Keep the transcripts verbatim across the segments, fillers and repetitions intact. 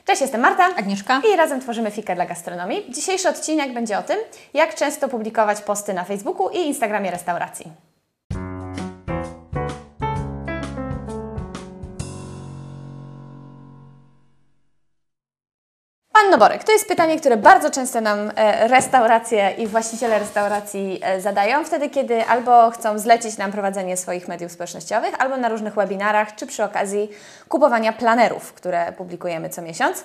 Cześć, jestem Marta. Agnieszka. I razem tworzymy Fika dla gastronomii. Dzisiejszy odcinek będzie o tym, jak często publikować posty na Facebooku i Instagramie restauracji. Pan Borek, to jest pytanie, które bardzo często nam restauracje i właściciele restauracji zadają, wtedy kiedy albo chcą zlecić nam prowadzenie swoich mediów społecznościowych, albo na różnych webinarach, czy przy okazji kupowania planerów, które publikujemy co miesiąc.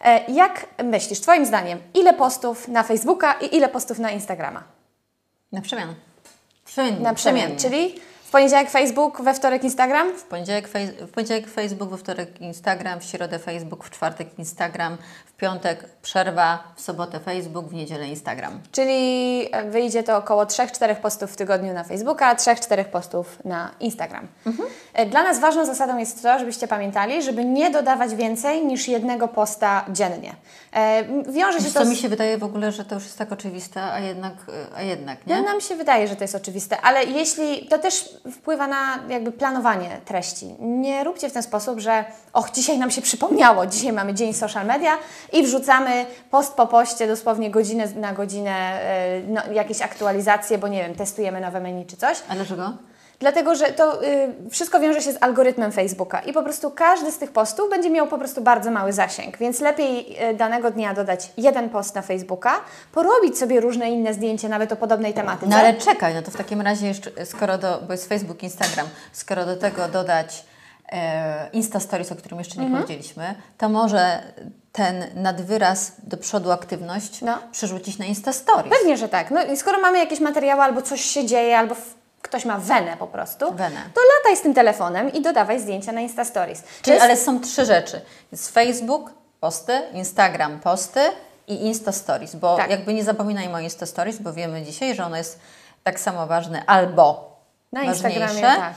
Jak myślisz, Twoim zdaniem, ile postów na Facebooka i ile postów na Instagrama? Na przemian. Przemiennie. Na przemian, czyli w poniedziałek Facebook, we wtorek Instagram? W poniedziałek, fej- w poniedziałek Facebook, we wtorek Instagram, w środę Facebook, w czwartek Instagram, w piątek przerwa, w sobotę Facebook, w niedzielę Instagram. Czyli wyjdzie to około trzy cztery postów w tygodniu na Facebooka, trzy cztery postów na Instagram. Mhm. Dla nas ważną zasadą jest to, żebyście pamiętali, żeby nie dodawać więcej niż jednego posta dziennie. Wiąże się Wiesz, to co z... mi się wydaje w ogóle, że to już jest tak oczywiste, a jednak, a jednak nie? No, nam się wydaje, że to jest oczywiste, ale jeśli to też wpływa na jakby planowanie treści. Nie róbcie w ten sposób, że och, dzisiaj nam się przypomniało, dzisiaj mamy dzień social media i wrzucamy post po poście dosłownie godzinę na godzinę no, jakieś aktualizacje, bo nie wiem, testujemy nowe menu czy coś. A dlaczego? Dlatego, że to y, wszystko wiąże się z algorytmem Facebooka i po prostu każdy z tych postów będzie miał po prostu bardzo mały zasięg, więc lepiej y, danego dnia dodać jeden post na Facebooka, porobić sobie różne inne zdjęcia, nawet o podobnej tematyce. No ale czekaj, no to w takim razie jeszcze, skoro do, bo jest Facebook, Instagram, skoro do tego dodać e, Insta Stories, o którym jeszcze nie mhm. powiedzieliśmy, to może ten nadwyraz do przodu aktywność no. przerzucić na Insta Stories. Pewnie, że tak. No i skoro mamy jakieś materiały, albo coś się dzieje, albo w ktoś ma wenę po prostu, wenę. to lataj z tym telefonem i dodawaj zdjęcia na Insta Stories. Czyli, jest... ale są trzy rzeczy. Jest Facebook, posty, Instagram, posty i Insta Stories, bo tak. jakby nie zapominajmy o Insta Stories, bo wiemy dzisiaj, że ono jest tak samo ważne albo na ważniejsze Instagramie, tak.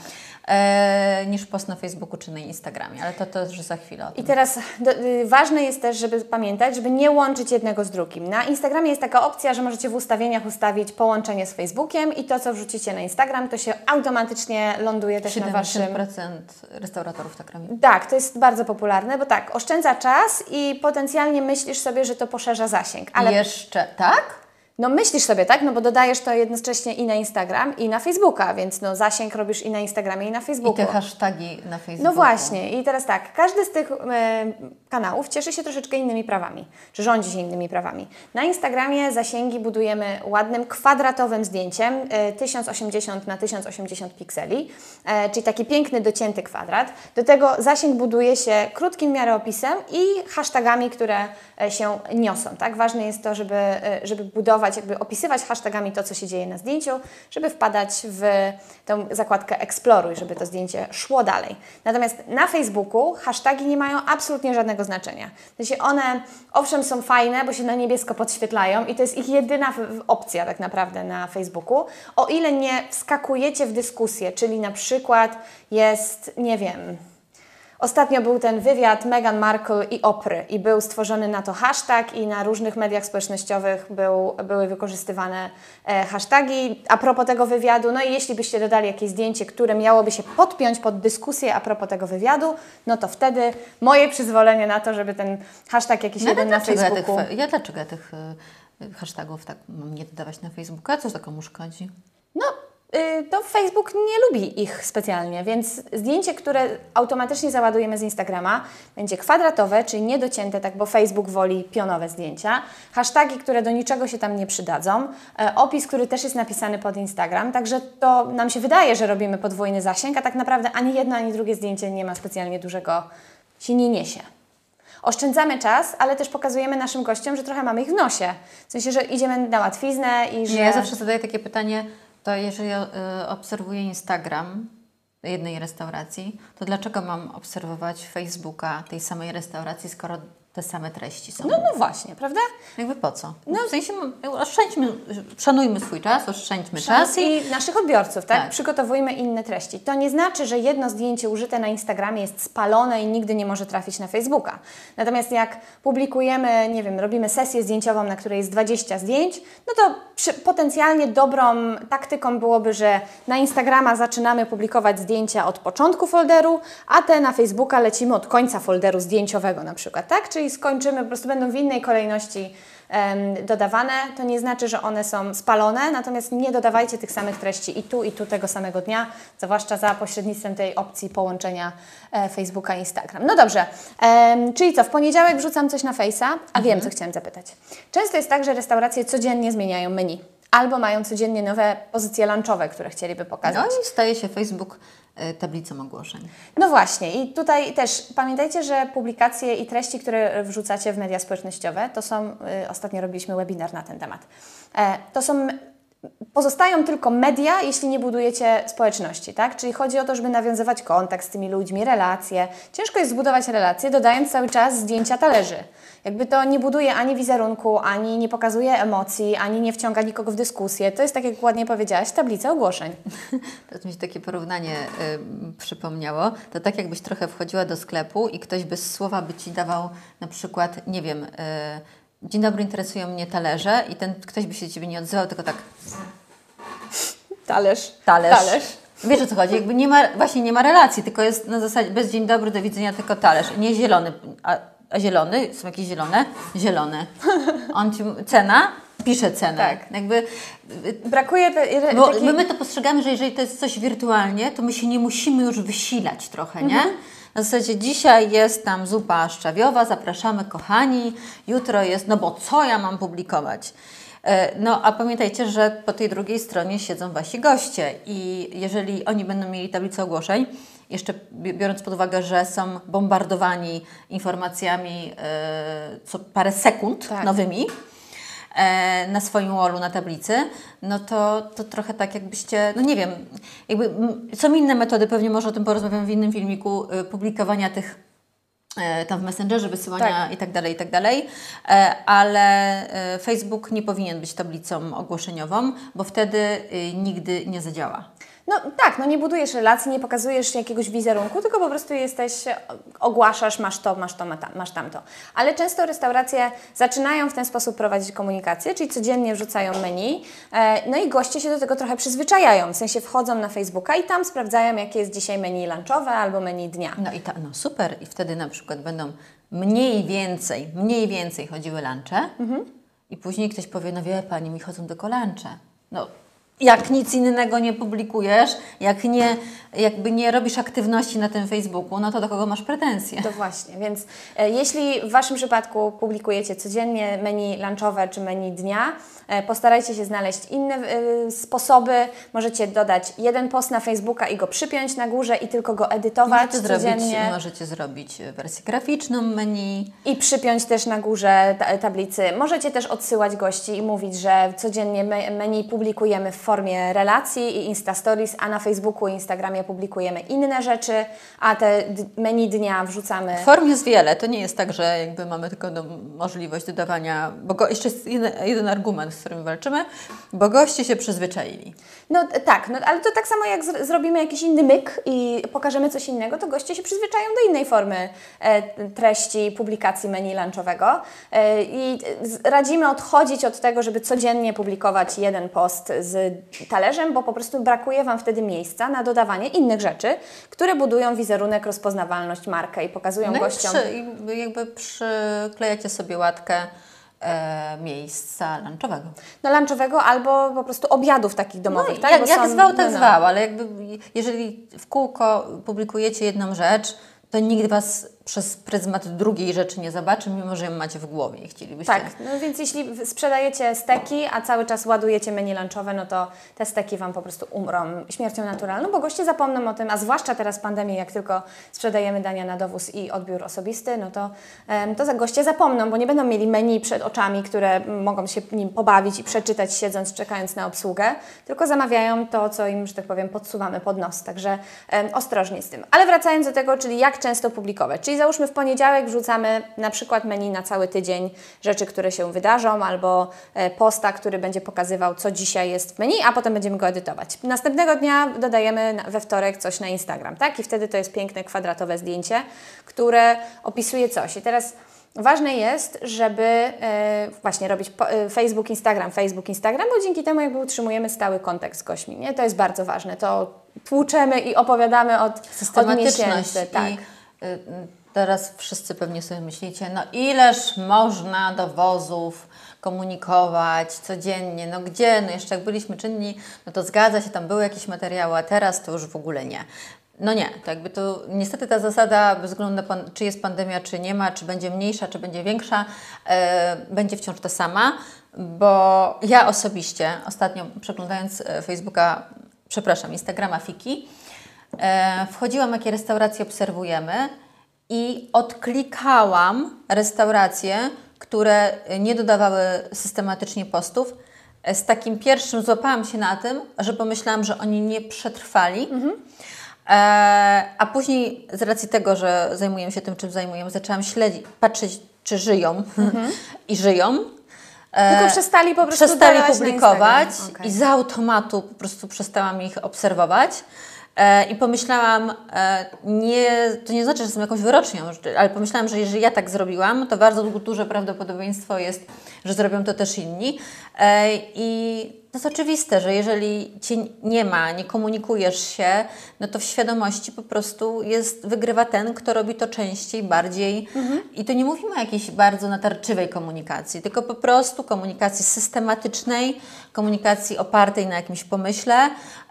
e, niż post na Facebooku czy na Instagramie, ale to też za chwilę o tym. I teraz do, y, ważne jest też, żeby pamiętać, żeby nie łączyć jednego z drugim. Na Instagramie jest taka opcja, że możecie w ustawieniach ustawić połączenie z Facebookiem i to, co wrzucicie na Instagram, to się automatycznie ląduje też na Waszym... siedemdziesiąt procent restauratorów tak robi. Tak, to jest bardzo popularne, bo tak, oszczędza czas i potencjalnie myślisz sobie, że to poszerza zasięg. Ale... I jeszcze, tak? No myślisz sobie, tak? No bo dodajesz to jednocześnie i na Instagram, i na Facebooka, więc no zasięg robisz i na Instagramie, i na Facebooku. I te hasztagi na Facebooku. No właśnie. I teraz tak, każdy z tych y, kanałów cieszy się troszeczkę innymi prawami, czy rządzi się innymi prawami. Na Instagramie zasięgi budujemy ładnym, kwadratowym zdjęciem, y, tysiąc osiemdziesiąt na tysiąc osiemdziesiąt pikseli, y, czyli taki piękny, docięty kwadrat. Do tego zasięg buduje się krótkim w miarę opisem i hashtagami, które y, się niosą, tak? Ważne jest to, żeby, y, żeby budować jakby opisywać hashtagami to, co się dzieje na zdjęciu, żeby wpadać w tę zakładkę Exploruj, żeby to zdjęcie szło dalej. Natomiast na Facebooku hashtagi nie mają absolutnie żadnego znaczenia. To się one, owszem, są fajne, bo się na niebiesko podświetlają i to jest ich jedyna opcja tak naprawdę na Facebooku, o ile nie wskakujecie w dyskusję, czyli na przykład jest, nie wiem... Ostatnio był ten wywiad Meghan Markle i Opry i był stworzony na to hashtag i na różnych mediach społecznościowych był, były wykorzystywane e, hashtagi a propos tego wywiadu. No i jeśli byście dodali jakieś zdjęcie, które miałoby się podpiąć pod dyskusję a propos tego wywiadu, no to wtedy moje przyzwolenie na to, żeby ten hashtag jakiś no, jeden na Facebooku... Ja, tych, ja dlaczego ja tych y, hashtagów tak mam nie dodawać na Facebooka? Co to komu szkodzi? No... to Facebook nie lubi ich specjalnie, więc zdjęcie, które automatycznie załadujemy z Instagrama, będzie kwadratowe, czyli niedocięte, tak, bo Facebook woli pionowe zdjęcia, hasztagi, które do niczego się tam nie przydadzą, e, opis, który też jest napisany pod Instagram, także to nam się wydaje, że robimy podwójny zasięg, a tak naprawdę ani jedno, ani drugie zdjęcie nie ma specjalnie dużego, się nie niesie. Oszczędzamy czas, ale też pokazujemy naszym gościom, że trochę mamy ich w nosie. W sensie, że idziemy na łatwiznę i że... Nie, ja zawsze zadaję takie pytanie, to jeżeli y, obserwuję Instagram jednej restauracji, to dlaczego mam obserwować Facebooka tej samej restauracji, skoro te same treści są? No, no właśnie, prawda? Jakby po co? No, w sensie oszczędźmy, szanujmy swój czas, oszczędźmy czas. I, I naszych odbiorców, tak? tak? Przygotowujmy inne treści. To nie znaczy, że jedno zdjęcie użyte na Instagramie jest spalone i nigdy nie może trafić na Facebooka. Natomiast jak publikujemy, nie wiem, robimy sesję zdjęciową, na której jest dwadzieścia zdjęć, no to przy, potencjalnie dobrą taktyką byłoby, że na Instagrama zaczynamy publikować zdjęcia od początku folderu, a te na Facebooka lecimy od końca folderu zdjęciowego na przykład, tak? Czyli jeżeli skończymy, po prostu będą w innej kolejności em, dodawane, to nie znaczy, że one są spalone, natomiast nie dodawajcie tych samych treści i tu, i tu tego samego dnia, zwłaszcza za pośrednictwem tej opcji połączenia e, Facebooka i Instagram. No dobrze, em, czyli co, w poniedziałek wrzucam coś na Face'a, a mhm. wiem, co chciałam zapytać. Często jest tak, że restauracje codziennie zmieniają menu. Albo mają codziennie nowe pozycje lunchowe, które chcieliby pokazać. No i staje się Facebook y, tablicą ogłoszeń. No właśnie i tutaj też pamiętajcie, że publikacje i treści, które wrzucacie w media społecznościowe, to są, y, ostatnio robiliśmy webinar na ten temat, e, to są, pozostają tylko media, jeśli nie budujecie społeczności, tak? Czyli chodzi o to, żeby nawiązywać kontakt z tymi ludźmi, relacje. Ciężko jest zbudować relacje, dodając cały czas zdjęcia talerzy. Jakby to nie buduje ani wizerunku, ani nie pokazuje emocji, ani nie wciąga nikogo w dyskusję. To jest, tak jak ładnie powiedziałaś, tablica ogłoszeń. To mi się takie porównanie y, przypomniało. To tak jakbyś trochę wchodziła do sklepu i ktoś bez słowa by Ci dawał na przykład, nie wiem, y, dzień dobry, interesują mnie talerze i ten ktoś by się Ciebie nie odzywał, tylko tak Talerz. Talerz. Talerz. Wiesz, o co chodzi? Jakby nie ma, właśnie nie ma relacji, tylko jest na zasadzie bez dzień dobry, do widzenia, tylko talerz. Nie zielony. A, a zielony? Są jakieś zielone? Zielone. On ci, cena? Pisze cenę. Tak. Jakby, Brakuje te, bo taki... my, my to postrzegamy, że jeżeli to jest coś wirtualnie, to my się nie musimy już wysilać trochę, nie? Mhm. Na zasadzie dzisiaj jest tam zupa szczawiowa, zapraszamy kochani, jutro jest, no bo co ja mam publikować? No, a pamiętajcie, że po tej drugiej stronie siedzą Wasi goście i jeżeli oni będą mieli tablicę ogłoszeń, jeszcze biorąc pod uwagę, że są bombardowani informacjami yy, co parę sekund tak. nowymi yy, na swoim wallu, na tablicy, no to, to trochę tak jakbyście, no nie wiem, jakby są inne metody, pewnie może o tym porozmawiam w innym filmiku, yy, publikowania tych tam w Messengerze, wysyłania tak. i tak dalej, i tak dalej, ale Facebook nie powinien być tablicą ogłoszeniową, bo wtedy nigdy nie zadziała. No tak, no nie budujesz relacji, nie pokazujesz jakiegoś wizerunku, tylko po prostu jesteś, ogłaszasz, masz to, masz to, masz tamto. Ale często restauracje zaczynają w ten sposób prowadzić komunikację, czyli codziennie wrzucają menu, no i goście się do tego trochę przyzwyczajają, w sensie wchodzą na Facebooka i tam sprawdzają, jakie jest dzisiaj menu lunchowe albo menu dnia. No i ta, no super, i wtedy na przykład będą mniej więcej, mniej więcej chodziły lunche mhm. i później ktoś powie, no wie Pani, mi chodzą tylko lunche. No jak nic innego nie publikujesz, jak nie, jakby nie robisz aktywności na tym Facebooku, no to do kogo masz pretensje? To właśnie, więc e, jeśli w Waszym przypadku publikujecie codziennie menu lunchowe czy menu dnia, e, postarajcie się znaleźć inne e, sposoby. Możecie dodać jeden post na Facebooka i go przypiąć na górze i tylko go edytować możecie codziennie. Zrobić, możecie zrobić wersję graficzną menu. I przypiąć też na górze ta, tablicy. Możecie też odsyłać gości i mówić, że codziennie me, menu publikujemy w formie relacji i Insta Stories, a na Facebooku i Instagramie publikujemy inne rzeczy, a te menu dnia wrzucamy. Form jest wiele. To nie jest tak, że jakby mamy tylko do, możliwość dodawania, bo go, jeszcze jest jeden, jeden argument, z którym walczymy, bo goście się przyzwyczaili. No tak, no, ale to tak samo jak z, zrobimy jakiś inny myk i pokażemy coś innego, to goście się przyzwyczają do innej formy e, treści, publikacji menu lunchowego e, i radzimy odchodzić od tego, żeby codziennie publikować jeden post z talerzem, bo po prostu brakuje Wam wtedy miejsca na dodawanie innych rzeczy, które budują wizerunek, rozpoznawalność, markę i pokazują no gościom. I przy, jakby przyklejacie sobie łatkę e, miejsca lunchowego. No lunchowego albo po prostu obiadów takich domowych. No, tak? Jak, Bo jak są, zwał, tak no, zwał, ale jakby jeżeli w kółko publikujecie jedną rzecz, to nikt Was przez pryzmat drugiej rzeczy nie zobaczy, mimo że ją macie w głowie i chcielibyście. Tak, no więc jeśli sprzedajecie steki, a cały czas ładujecie menu lunchowe, no to te steki Wam po prostu umrą śmiercią naturalną, bo goście zapomną o tym, a zwłaszcza teraz w pandemii, jak tylko sprzedajemy dania na dowóz i odbiór osobisty, no to, um, to goście zapomną, bo nie będą mieli menu przed oczami, które mogą się nim pobawić i przeczytać siedząc, czekając na obsługę, tylko zamawiają to, co im, że tak powiem, podsuwamy pod nos, także um, ostrożnie z tym. Ale wracając do tego, czyli jak często publikować, czyli załóżmy w poniedziałek wrzucamy na przykład menu na cały tydzień, rzeczy, które się wydarzą, albo posta, który będzie pokazywał, co dzisiaj jest w menu, a potem będziemy go edytować. Następnego dnia dodajemy we wtorek coś na Instagram, tak? I wtedy to jest piękne, kwadratowe zdjęcie, które opisuje coś. I teraz ważne jest, żeby e, właśnie robić po, e, Facebook, Instagram, Facebook, Instagram, bo dzięki temu jakby utrzymujemy stały kontakt z gośćmi, nie? To jest bardzo ważne. To tłuczemy i opowiadamy od, od miesięcy. Tak. I, y, Teraz wszyscy pewnie sobie myślicie, no ileż można dowozów komunikować codziennie, no gdzie, no jeszcze jak byliśmy czynni, no to zgadza się, tam były jakieś materiały, a teraz to już w ogóle nie. No nie, to jakby to niestety ta zasada, bez względu na pan, czy jest pandemia, czy nie ma, czy będzie mniejsza, czy będzie większa, e, będzie wciąż ta sama, bo ja osobiście ostatnio przeglądając Facebooka, przepraszam, Instagrama Fiki, e, wchodziłam, jakie restauracje obserwujemy i odklikałam restauracje, które nie dodawały systematycznie postów. Z takim pierwszym złapałam się na tym, że pomyślałam, że oni nie przetrwali. Mhm. E, a później z racji tego, że zajmujemy się tym, czym zajmujemy, zaczęłam śledzić, patrzeć, czy żyją mhm. i żyją. E, Tylko przestali po prostu przestali publikować okay. i z automatu po prostu przestałam ich obserwować. E, I pomyślałam, e, nie, to nie znaczy, że jestem jakąś wyrocznią, ale pomyślałam, że jeżeli ja tak zrobiłam, to bardzo duże prawdopodobieństwo jest, że zrobią to też inni. E, I to jest oczywiste, że jeżeli Cię nie ma, nie komunikujesz się, no to w świadomości po prostu jest, wygrywa ten, kto robi to częściej, bardziej. Mhm. I to nie mówimy o jakiejś bardzo natarczywej komunikacji, tylko po prostu komunikacji systematycznej, komunikacji opartej na jakimś pomyśle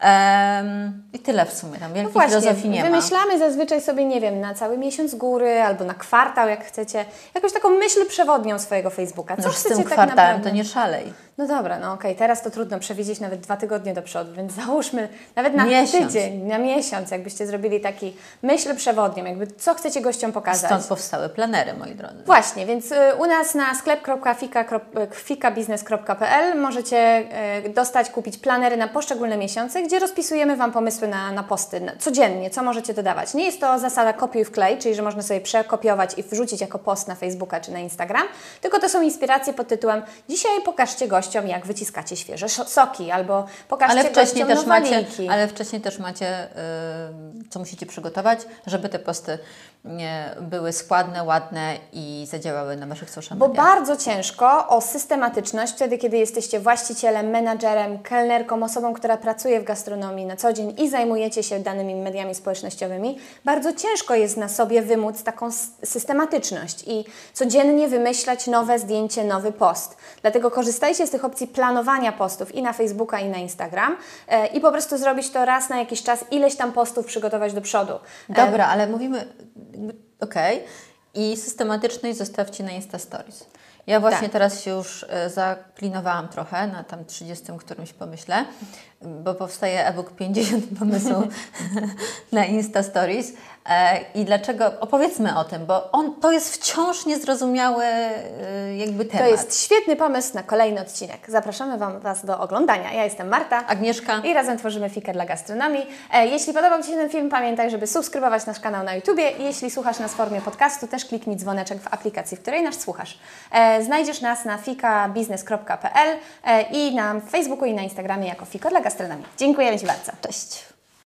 um, i tyle w sumie. Tam wielkiej no filozofii nie ma. Wymyślamy zazwyczaj sobie, nie wiem, na cały miesiąc z góry albo na kwartał, jak chcecie, jakąś taką myśl przewodnią swojego Facebooka. Co no chcecie z tym tak kwartałem naprawdę? to nie szalej. No dobra, no okej, okay. Teraz to trudno przewidzieć nawet dwa tygodnie do przodu, więc załóżmy nawet na miesiąc. tydzień, na miesiąc, jakbyście zrobili taki myśl przewodnią, jakby co chcecie gościom pokazać. Stąd powstały planery, moi drodzy. Właśnie, więc y, u nas na sklep kropka fika biznes kropka pe el możecie y, dostać, kupić planery na poszczególne miesiące, gdzie rozpisujemy Wam pomysły na, na posty na, codziennie, co możecie dodawać. Nie jest to zasada kopiuj wklej, czyli że można sobie przekopiować i wrzucić jako post na Facebooka czy na Instagram, tylko to są inspiracje pod tytułem dzisiaj pokażcie gościom, jak wyciskacie świeże soki, albo pokażcie ale wcześniej gościom też macie, nowaliki. Ale wcześniej też macie, yy, co musicie przygotować, żeby te posty nie były składne, ładne i zadziałały na Waszych social mediach. Bo bardzo ciężko o systematyczność wtedy, kiedy jesteście właścicielem, menadżerem, kelnerką, osobą, która pracuje w gastronomii na co dzień i zajmujecie się danymi mediami społecznościowymi. Bardzo ciężko jest na sobie wymóc taką systematyczność i codziennie wymyślać nowe zdjęcie, nowy post. Dlatego korzystajcie z tych opcji planowania postów i na Facebooka, i na Instagram e, i po prostu zrobić to raz na jakiś czas, ileś tam postów przygotować do przodu. Dobra, ale mówimy, okej, okay. I systematyczność zostawcie na Insta Stories. Ja właśnie tak. teraz się już e, zaklinowałam trochę na tam trzydziestym którymś pomyśle, bo powstaje e-book pięćdziesiąt pomysłów na Insta Stories. E, I dlaczego? Opowiedzmy o tym, bo on, to jest wciąż niezrozumiały e, jakby temat. To jest świetny pomysł na kolejny odcinek. Zapraszamy wam, Was do oglądania. Ja jestem Marta. Agnieszka. I razem tworzymy Fikę dla gastronomii. E, jeśli podobał Ci się ten film, pamiętaj, żeby subskrybować nasz kanał na YouTubie. I jeśli słuchasz nas w formie podcastu, też kliknij dzwoneczek w aplikacji, w której nas słuchasz. E, znajdziesz nas na fika biznes kropka pe el e, i na Facebooku i na Instagramie jako Fika dla gastronomii. Dziękujemy Ci bardzo. Cześć.